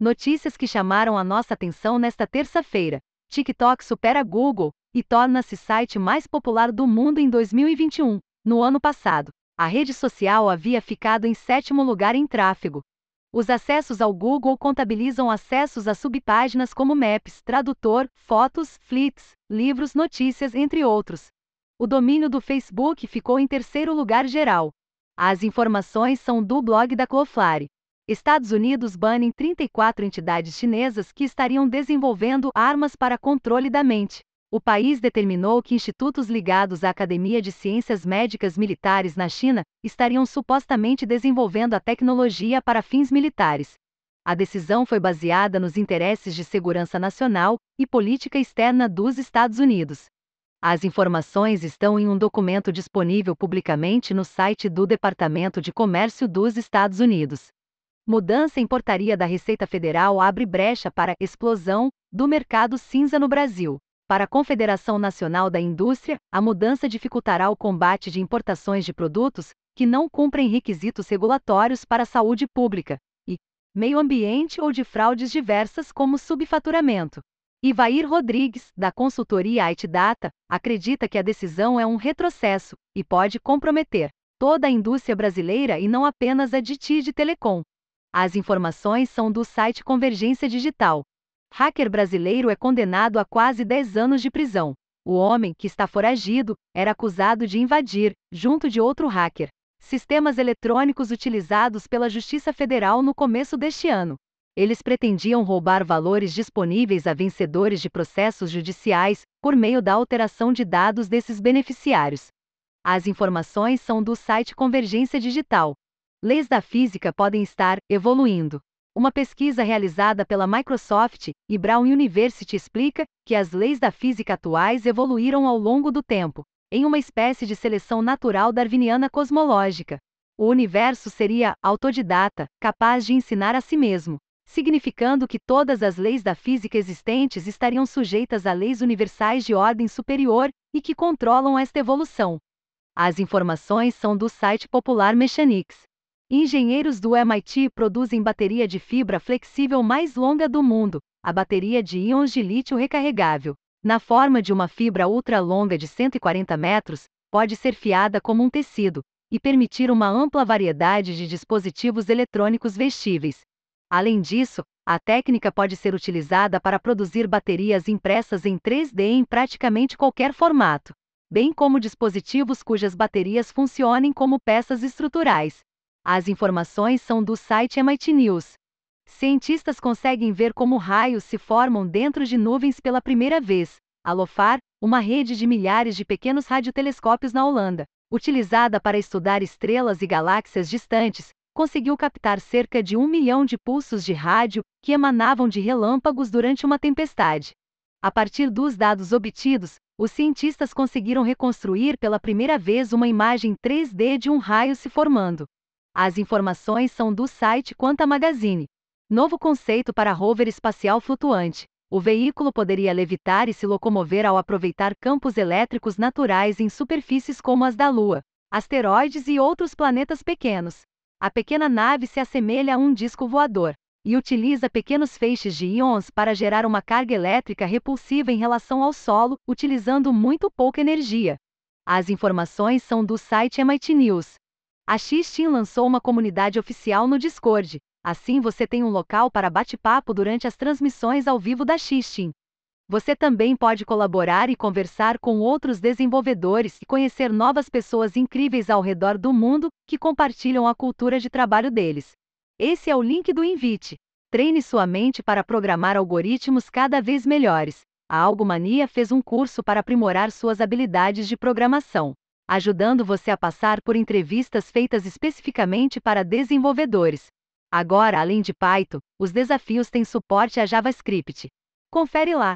Notícias que chamaram a nossa atenção nesta terça-feira. TikTok supera Google e torna-se site mais popular do mundo em 2021. No ano passado, a rede social havia ficado em 7º lugar em tráfego. Os acessos ao Google contabilizam acessos a subpáginas como Maps, Tradutor, Fotos, Fleets, livros, notícias, entre outros. O domínio do Facebook ficou em 3º lugar geral. As informações são do blog da Cloflare. Estados Unidos banem 34 entidades chinesas que estariam desenvolvendo armas para controle da mente. O país determinou que institutos ligados à Academia de Ciências Médicas Militares na China estariam supostamente desenvolvendo a tecnologia para fins militares. A decisão foi baseada nos interesses de segurança nacional e política externa dos Estados Unidos. As informações estão em um documento disponível publicamente no site do Departamento de Comércio dos Estados Unidos. Mudança em portaria da Receita Federal abre brecha para explosão do mercado cinza no Brasil. Para a Confederação Nacional da Indústria, a mudança dificultará o combate de importações de produtos que não cumprem requisitos regulatórios para a saúde pública e meio ambiente ou de fraudes diversas como subfaturamento. Ivair Rodrigues, da consultoria IT Data, acredita que a decisão é um retrocesso e pode comprometer toda a indústria brasileira e não apenas a de TI e de telecom. As informações são do site Convergência Digital. Hacker brasileiro é condenado a quase 10 anos de prisão. O homem, que está foragido, era acusado de invadir, junto de outro hacker, sistemas eletrônicos utilizados pela Justiça Federal no começo deste ano. Eles pretendiam roubar valores disponíveis a vencedores de processos judiciais, por meio da alteração de dados desses beneficiários. As informações são do site Convergência Digital. Leis da física podem estar evoluindo. Uma pesquisa realizada pela Microsoft e Brown University explica que as leis da física atuais evoluíram ao longo do tempo, em uma espécie de seleção natural darwiniana cosmológica. O universo seria autodidata, capaz de ensinar a si mesmo, significando que todas as leis da física existentes estariam sujeitas a leis universais de ordem superior e que controlam esta evolução. As informações são do site Popular Mechanics. Engenheiros do MIT produzem bateria de fibra flexível mais longa do mundo, a bateria de íons de lítio recarregável. Na forma de uma fibra ultra longa de 140 metros, pode ser fiada como um tecido, e permitir uma ampla variedade de dispositivos eletrônicos vestíveis. Além disso, a técnica pode ser utilizada para produzir baterias impressas em 3D em praticamente qualquer formato, bem como dispositivos cujas baterias funcionem como peças estruturais. As informações são do site MIT News. Cientistas conseguem ver como raios se formam dentro de nuvens pela primeira vez. A LOFAR, uma rede de milhares de pequenos radiotelescópios na Holanda, utilizada para estudar estrelas e galáxias distantes, conseguiu captar cerca de 1 milhão de pulsos de rádio que emanavam de relâmpagos durante uma tempestade. A partir dos dados obtidos, os cientistas conseguiram reconstruir pela primeira vez uma imagem 3D de um raio se formando. As informações são do site Quanta Magazine. Novo conceito para rover espacial flutuante. O veículo poderia levitar e se locomover ao aproveitar campos elétricos naturais em superfícies como as da Lua, asteroides e outros planetas pequenos. A pequena nave se assemelha a um disco voador e utiliza pequenos feixes de íons para gerar uma carga elétrica repulsiva em relação ao solo, utilizando muito pouca energia. As informações são do site MIT News. A X-Team lançou uma comunidade oficial no Discord. Assim você tem um local para bate-papo durante as transmissões ao vivo da X-Team. Você também pode colaborar e conversar com outros desenvolvedores e conhecer novas pessoas incríveis ao redor do mundo que compartilham a cultura de trabalho deles. Esse é o link do invite. Treine sua mente para programar algoritmos cada vez melhores. A Algomania fez um curso para aprimorar suas habilidades de programação, ajudando você a passar por entrevistas feitas especificamente para desenvolvedores. Agora, além de Python, os desafios têm suporte a JavaScript. Confere lá!